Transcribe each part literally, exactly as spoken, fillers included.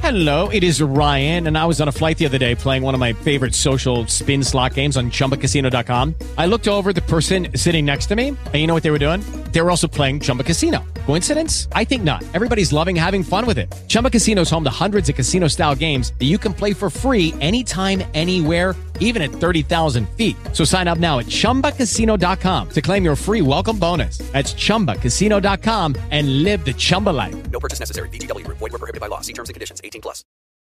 Hello, it is Ryan, and I was on a flight the other day playing one of my favorite social spin slot games on Chumba Casino dot com. I looked over at the person sitting next to me, and you know what they were doing? They were also playing Chumba Casino. Coincidence? I think not. Everybody's loving having fun with it. Chumba Casino is home to hundreds of casino-style games that you can play for free anytime, anywhere, even at thirty thousand feet. So sign up now at Chumba Casino dot com to claim your free welcome bonus. That's Chumba Casino dot com and live the Chumba life. No purchase necessary. V G W. Void where prohibited by law. See terms and conditions. eighteen plus.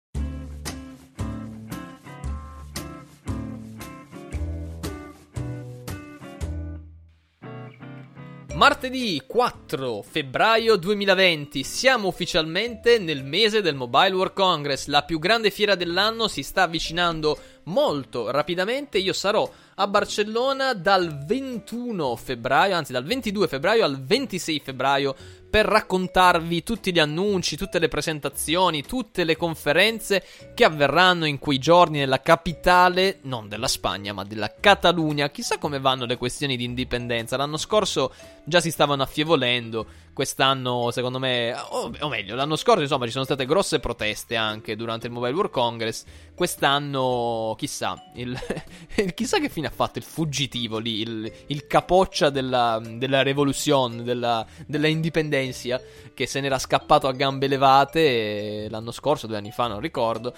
Martedì quattro febbraio duemilaventi, siamo ufficialmente nel mese del Mobile World Congress, la più grande fiera dell'anno si sta avvicinando molto rapidamente. Io sarò a Barcellona dal ventuno febbraio, anzi dal ventidue febbraio al ventisei febbraio per raccontarvi tutti gli annunci, tutte le presentazioni, tutte le conferenze che avverranno in quei giorni nella capitale, non della Spagna, ma della Catalunya. Chissà come vanno le questioni di indipendenza. L'anno scorso già si stavano affievolendo, quest'anno secondo me, o, o meglio, l'anno scorso insomma ci sono state grosse proteste anche durante il Mobile World Congress. Quest'anno chissà, il, chissà che fine ha fatto il fuggitivo lì, il, il capoccia della, della revoluzione, della, della indipendenza, che se n'era scappato a gambe levate l'anno scorso, due anni fa, non ricordo.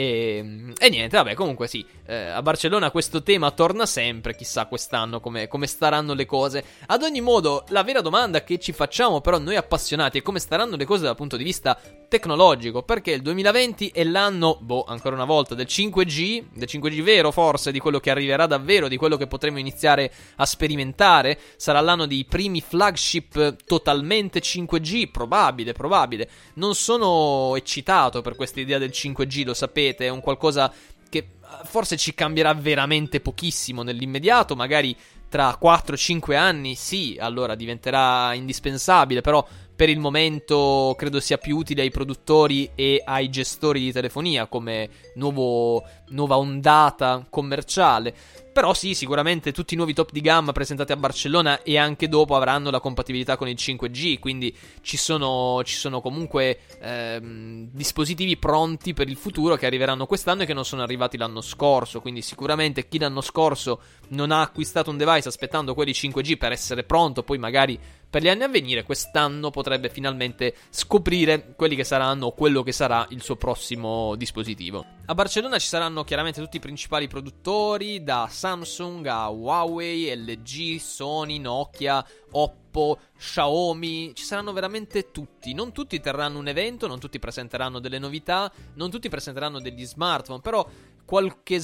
E, e niente, vabbè, comunque sì, eh, a Barcellona questo tema torna sempre, chissà quest'anno come, come staranno le cose. Ad ogni modo, la vera domanda che ci facciamo però noi appassionati è come staranno le cose dal punto di vista tecnologico, perché il duemilaventi è l'anno, boh, ancora una volta, del cinque G, del cinque G vero forse, di quello che arriverà davvero, di quello che potremo iniziare a sperimentare. Sarà l'anno dei primi flagship totalmente cinque G, probabile, probabile. Non sono eccitato per questa idea del cinque G, lo sapete, è un qualcosa che forse ci cambierà veramente pochissimo nell'immediato, magari tra quattro cinque anni sì, allora diventerà indispensabile, però per il momento credo sia più utile ai produttori e ai gestori di telefonia come nuovo, nuova ondata commerciale. Però sì, sicuramente tutti i nuovi top di gamma presentati a Barcellona e anche dopo avranno la compatibilità con il cinque G, quindi ci sono, ci sono comunque ehm, dispositivi pronti per il futuro che arriveranno quest'anno e che non sono arrivati l'anno scorso, quindi sicuramente chi l'anno scorso non ha acquistato un device aspettando quelli cinque G per essere pronto poi magari per gli anni a venire, quest'anno potrebbe finalmente scoprire quelli che saranno o quello che sarà il suo prossimo dispositivo. A Barcellona ci saranno chiaramente tutti i principali produttori, da Samsung a Huawei, L G, Sony, Nokia, Oppo, Xiaomi, ci saranno veramente tutti. Non tutti terranno un evento, non tutti presenteranno delle novità, non tutti presenteranno degli smartphone, però qualche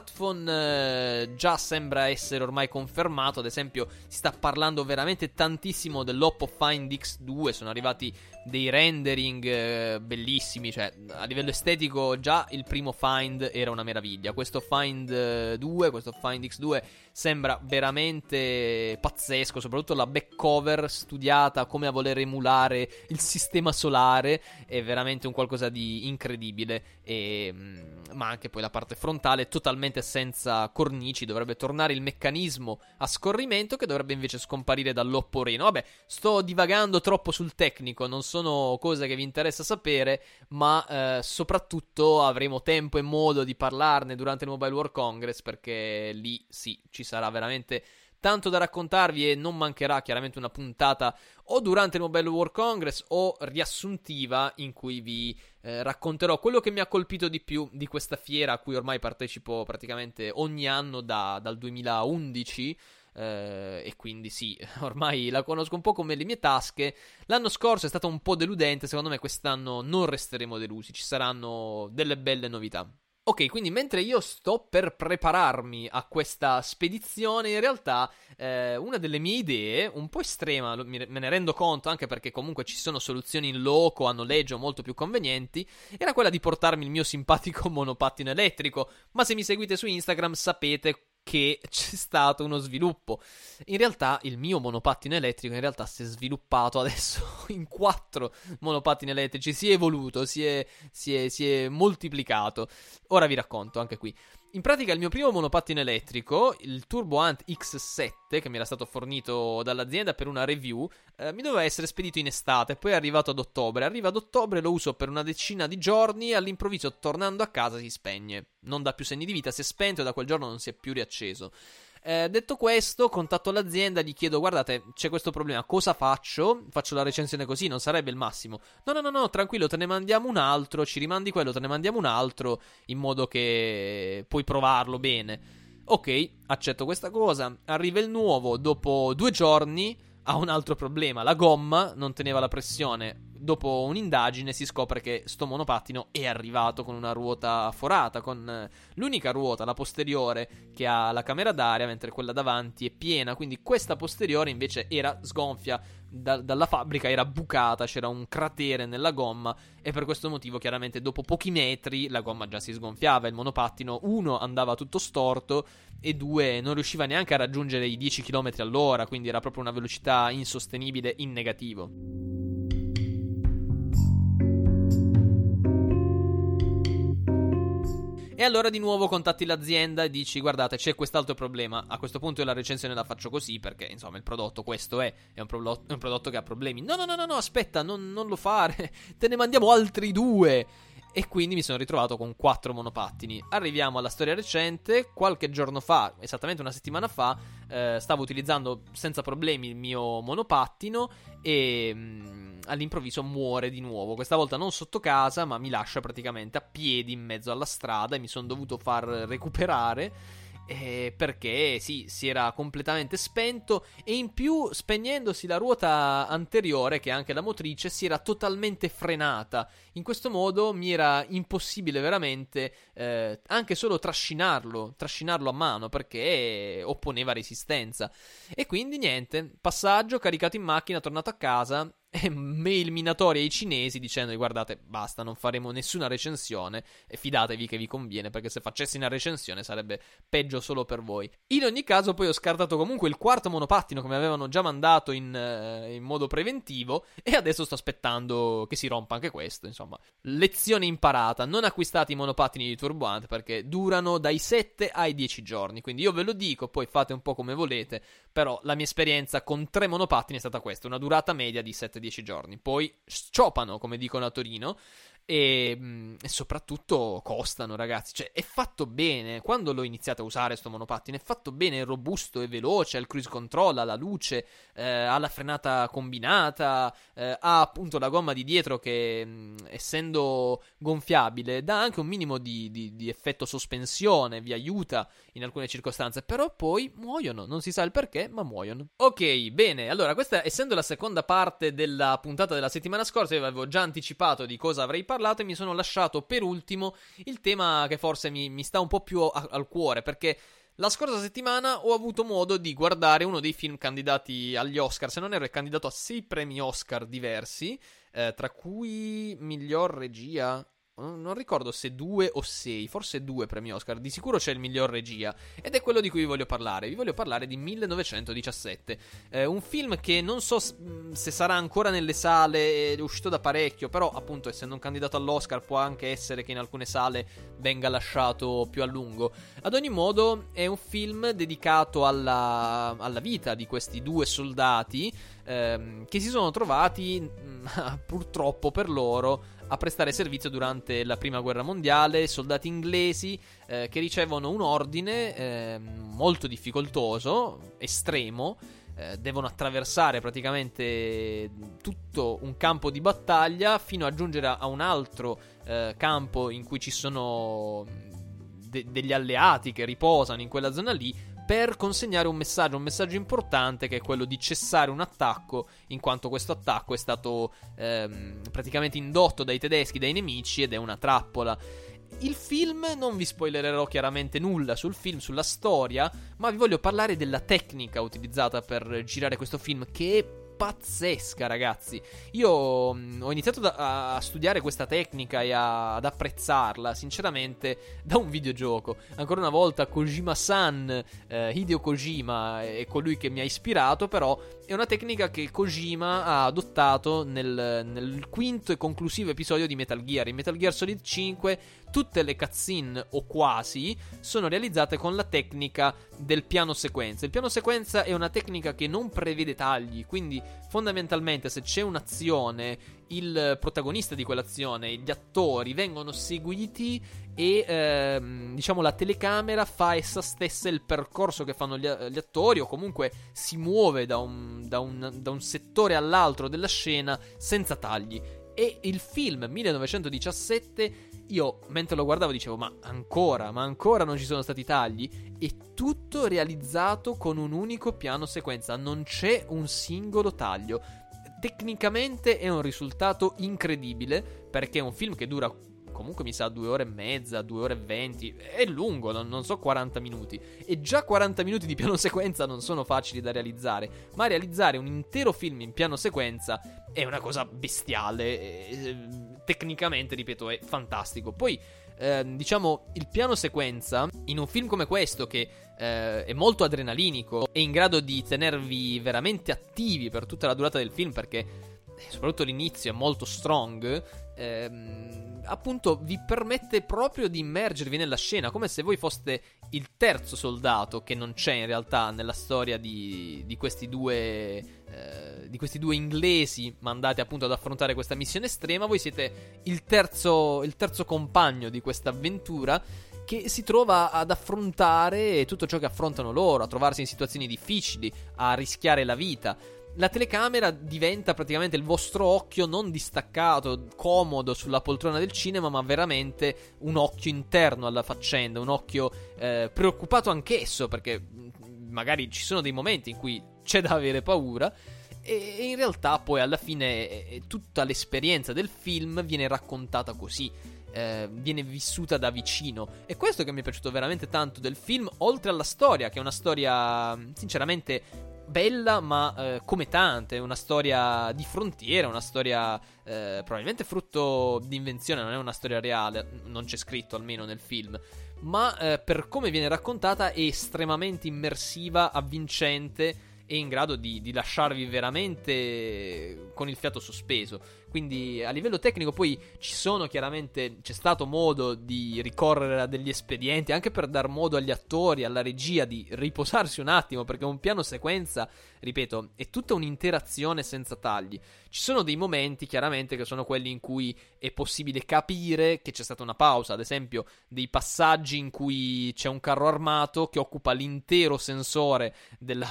smartphone eh, già sembra essere ormai confermato. Ad esempio si sta parlando veramente tantissimo dell'Oppo Find X due, sono arrivati dei rendering eh, bellissimi, cioè a livello estetico già il primo Find era una meraviglia. Questo Find eh, due, questo Find X due sembra veramente pazzesco, soprattutto la back cover studiata come a voler emulare il sistema solare, è veramente un qualcosa di incredibile. E, ma anche poi la parte frontale totalmente senza cornici, dovrebbe tornare il meccanismo a scorrimento che dovrebbe invece scomparire dall'Oppo Reno. Vabbè, sto divagando troppo sul tecnico, non sono cose che vi interessa sapere, ma eh, soprattutto avremo tempo e modo di parlarne durante il Mobile World Congress, perché lì sì, ci sarà veramente tanto da raccontarvi e non mancherà chiaramente una puntata o durante il Mobile World Congress o riassuntiva in cui vi eh, racconterò quello che mi ha colpito di più di questa fiera a cui ormai partecipo praticamente ogni anno da, dal duemilaundici. Uh, e quindi sì, ormai la conosco un po' come le mie tasche. L'anno scorso è stato un po' deludente, secondo me quest'anno non resteremo delusi, ci saranno delle belle novità. Ok, quindi mentre io sto per prepararmi a questa spedizione, in realtà eh, una delle mie idee, un po' estrema, me ne rendo conto anche perché comunque ci sono soluzioni in loco, a noleggio molto più convenienti, era quella di portarmi il mio simpatico monopattino elettrico, ma se mi seguite su Instagram sapete che c'è stato uno sviluppo. In realtà il mio monopattino elettrico in realtà si è sviluppato adesso in quattro monopattini elettrici, si è evoluto, si è, si è, si è moltiplicato. Ora vi racconto anche qui. In pratica il mio primo monopattino elettrico, il Turbo Ant X sette, che mi era stato fornito dall'azienda per una review, eh, mi doveva essere spedito in estate, poi è arrivato ad ottobre. Arriva ad ottobre, lo uso per una decina di giorni, all'improvviso tornando a casa si spegne. Non dà più segni di vita, si è spento e da quel giorno non si è più riacceso. Eh, detto questo, contatto l'azienda, gli chiedo: guardate, c'è questo problema, cosa faccio? Faccio la recensione così, non sarebbe il massimo. No, no, no, no, tranquillo, te ne mandiamo un altro, ci rimandi quello, te ne mandiamo un altro, in modo che puoi provarlo bene. Ok, accetto questa cosa. Arriva il nuovo, dopo due giorni ha un altro problema, la gomma non teneva la pressione. Dopo un'indagine si scopre che sto monopattino è arrivato con una ruota forata, con l'unica ruota, la posteriore, che ha la camera d'aria, mentre quella davanti è piena. Quindi questa posteriore invece era sgonfia, da, dalla fabbrica era bucata, c'era un cratere nella gomma, e per questo motivo chiaramente dopo pochi metri la gomma già si sgonfiava. Il monopattino, uno, andava tutto storto, e due, non riusciva neanche a raggiungere i dieci chilometri all'ora, quindi era proprio una velocità insostenibile in negativo. E allora di nuovo contatti l'azienda e dici: guardate, c'è quest'altro problema. A questo punto io la recensione la faccio così, perché insomma il prodotto questo è È un, pro- è un prodotto che ha problemi. No, no, no, no, no, aspetta, non, non lo fare, te ne mandiamo altri due. E quindi mi sono ritrovato con quattro monopattini. Arriviamo alla storia recente. Qualche giorno fa, esattamente una settimana fa, eh, stavo utilizzando senza problemi il mio monopattino e mh, all'improvviso muore di nuovo. Questa volta non sotto casa, ma mi lascia praticamente a piedi in mezzo alla strada, e mi sono dovuto far recuperare. Eh, perché sì, si era completamente spento, e in più, spegnendosi la ruota anteriore, che è anche la motrice, si era totalmente frenata. In questo modo mi era impossibile veramente eh, anche solo trascinarlo, trascinarlo a mano, perché opponeva resistenza. E quindi niente, passaggio, caricato in macchina, tornato a casa, e mail minatoria ai cinesi dicendo: guardate, basta, non faremo nessuna recensione e fidatevi che vi conviene, perché se facessi una recensione sarebbe peggio solo per voi. In ogni caso poi ho scartato comunque il quarto monopattino che mi avevano già mandato in, uh, in modo preventivo, e adesso sto aspettando che si rompa anche questo. Insomma, lezione imparata: non acquistate i monopattini di Turbo Ant, perché durano dai sette ai dieci giorni. Quindi io ve lo dico, poi fate un po' come volete, però la mia esperienza con tre monopattini è stata questa, una durata media di sette dieci giorni. Poi sciopano, come dicono a Torino, e, e soprattutto costano, ragazzi. Cioè, è fatto bene. Quando l'ho iniziato a usare sto monopattino, è fatto bene, è robusto, è veloce, ha il cruise control, ha la luce, eh, ha la frenata combinata, eh, ha appunto la gomma di dietro che, mh, essendo gonfiabile, dà anche un minimo di, di, di effetto sospensione, vi aiuta in alcune circostanze. Però poi muoiono, non si sa il perché, ma muoiono. Ok, bene, allora questa, essendo la seconda parte della puntata della settimana scorsa, io avevo già anticipato di cosa avrei parlato, e mi sono lasciato per ultimo il tema che forse mi, mi sta un po' più a, al cuore, perché la scorsa settimana ho avuto modo di guardare uno dei film candidati agli Oscar. Se non ero, è candidato a sei premi Oscar diversi, eh, tra cui miglior regia. Non ricordo se due o sei, forse due premi Oscar. Di sicuro c'è il miglior regia, ed è quello di cui vi voglio parlare. Vi voglio parlare di millenovecentodiciassette, eh, un film che non so se sarà ancora nelle sale, è uscito da parecchio, però appunto essendo un candidato all'Oscar può anche essere che in alcune sale venga lasciato più a lungo. Ad ogni modo è un film dedicato alla, alla vita di questi due soldati ehm, che si sono trovati, purtroppo per loro, a prestare servizio durante la prima guerra mondiale. Soldati inglesi eh, che ricevono un ordine eh, molto difficoltoso, estremo, eh, devono attraversare praticamente tutto un campo di battaglia fino a giungere a un altro eh, campo in cui ci sono de- degli alleati che riposano in quella zona lì, per consegnare un messaggio, un messaggio importante, che è quello di cessare un attacco, in quanto questo attacco è stato ehm, praticamente indotto dai tedeschi, dai nemici, ed è una trappola. Il film, non vi spoilererò chiaramente nulla sul film, sulla storia, ma vi voglio parlare della tecnica utilizzata per girare questo film, che è pazzesca, ragazzi. Io mh, ho iniziato da, a studiare questa tecnica e a, ad apprezzarla sinceramente da un videogioco. Ancora una volta Kojima-san, eh, Hideo Kojima è colui che mi ha ispirato, però è una tecnica che Kojima ha adottato nel, nel quinto e conclusivo episodio di Metal Gear. In Metal Gear Solid cinque tutte le cutscene, o quasi, sono realizzate con la tecnica del piano sequenza. Il piano sequenza è una tecnica che non prevede tagli, quindi fondamentalmente se c'è un'azione, il protagonista di quell'azione, gli attori vengono seguiti e ehm, diciamo la telecamera fa essa stessa il percorso che fanno gli, gli attori, o comunque si muove da un, da, un, da un settore all'altro della scena senza tagli. E il film millenovecentodiciassette, io mentre lo guardavo dicevo ma ancora, ma ancora non ci sono stati tagli? È tutto realizzato con un unico piano sequenza, non c'è un singolo taglio. Tecnicamente è un risultato incredibile, perché è un film che dura comunque mi sa due ore e mezza, due ore e venti, è lungo, non, non so quaranta minuti, e già quaranta minuti di piano sequenza non sono facili da realizzare, ma realizzare un intero film in piano sequenza è una cosa bestiale, e, tecnicamente, ripeto, è fantastico. Poi eh, diciamo il piano sequenza in un film come questo, che eh, è molto adrenalinico, è in grado di tenervi veramente attivi per tutta la durata del film, perché soprattutto l'inizio è molto strong, ehm, appunto vi permette proprio di immergervi nella scena, come se voi foste il terzo soldato, che non c'è in realtà nella storia di, di questi due eh, di questi due inglesi mandati appunto ad affrontare questa missione estrema. Voi siete il terzo, il terzo compagno di questa avventura, che si trova ad affrontare tutto ciò che affrontano loro, a trovarsi in situazioni difficili, a rischiare la vita. La telecamera diventa praticamente il vostro occhio, non distaccato, comodo sulla poltrona del cinema, ma veramente un occhio interno alla faccenda, un occhio eh, preoccupato anch'esso, perché magari ci sono dei momenti in cui c'è da avere paura, e in realtà poi alla fine eh, tutta l'esperienza del film viene raccontata così, eh, viene vissuta da vicino. E questo che mi è piaciuto veramente tanto del film, oltre alla storia, che è una storia sinceramente bella, ma eh, come tante, una storia di frontiera, una storia eh, probabilmente frutto di invenzione, non è una storia reale, non c'è scritto almeno nel film, ma eh, per come viene raccontata è estremamente immersiva, avvincente e in grado di, di lasciarvi veramente con il fiato sospeso. Quindi a livello tecnico poi ci sono chiaramente, c'è stato modo di ricorrere a degli espedienti anche per dar modo agli attori, alla regia di riposarsi un attimo, perché un piano sequenza, ripeto, è tutta un'interazione senza tagli. Ci sono dei momenti chiaramente che sono quelli in cui è possibile capire che c'è stata una pausa, ad esempio dei passaggi in cui c'è un carro armato che occupa l'intero sensore della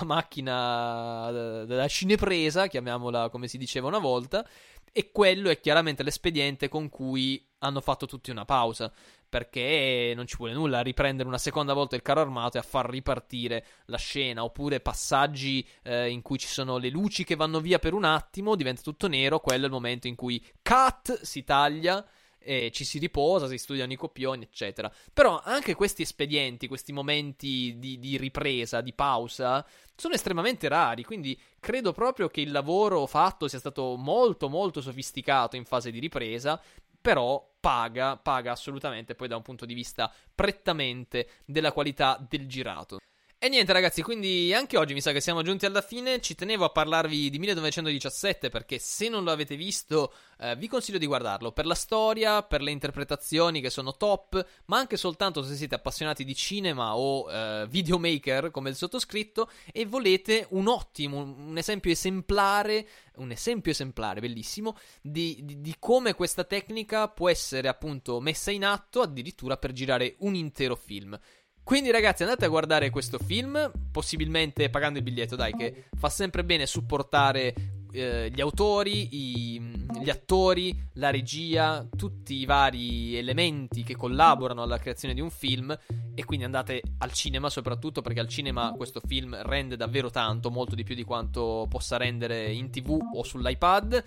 macchina, della cinepresa, chiamiamola come si diceva una volta. E quello è chiaramente l'espediente con cui hanno fatto tutti una pausa, perché non ci vuole nulla a riprendere una seconda volta il carro armato e a far ripartire la scena. Oppure passaggi eh, in cui ci sono le luci che vanno via per un attimo, diventa tutto nero, quello è il momento in cui cut, si taglia e ci si riposa, si studiano i copioni, eccetera. Però anche questi espedienti, questi momenti di, di ripresa, di pausa, sono estremamente rari, quindi credo proprio che il lavoro fatto sia stato molto molto sofisticato in fase di ripresa, però paga, paga assolutamente poi da un punto di vista prettamente della qualità del girato. E niente ragazzi, quindi anche oggi mi sa che siamo giunti alla fine. Ci tenevo a parlarvi di millenovecentodiciassette perché se non lo avete visto eh, vi consiglio di guardarlo, per la storia, per le interpretazioni che sono top, ma anche soltanto se siete appassionati di cinema o eh, videomaker come il sottoscritto e volete un ottimo, un esempio esemplare, un esempio esemplare bellissimo di, di, di come questa tecnica può essere appunto messa in atto addirittura per girare un intero film. Quindi ragazzi, andate a guardare questo film, possibilmente pagando il biglietto, dai, che fa sempre bene supportare eh, gli autori, i, gli attori, la regia, tutti i vari elementi che collaborano alla creazione di un film. E quindi andate al cinema soprattutto, perché al cinema questo film rende davvero tanto, molto di più di quanto possa rendere in tv o sull'iPad.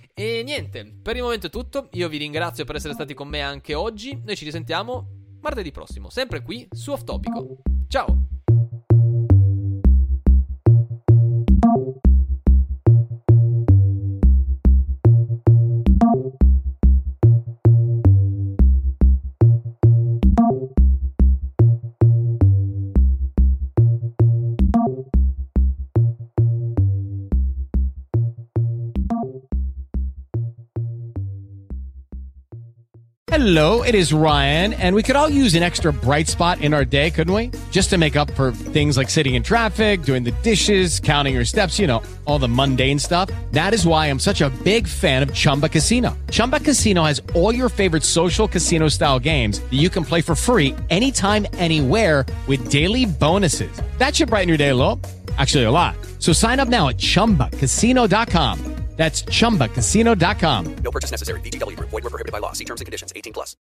E niente, per il momento è tutto, io vi ringrazio per essere stati con me anche oggi, noi ci risentiamo martedì prossimo, sempre qui su Off Topico. Ciao! Hello, it is Ryan, and we could all use an extra bright spot in our day, couldn't we? Just to make up for things like sitting in traffic, doing the dishes, counting your steps, you know, all the mundane stuff. That is why I'm such a big fan of Chumba Casino. Chumba Casino has all your favorite social casino-style games that you can play for free anytime, anywhere with daily bonuses. That should brighten your day a little. Actually, a lot. So sign up now at chumba casino dot com. That's chumba casino dot com. No purchase necessary. V G W Group. Void where prohibited by law. See terms and conditions. eighteen plus.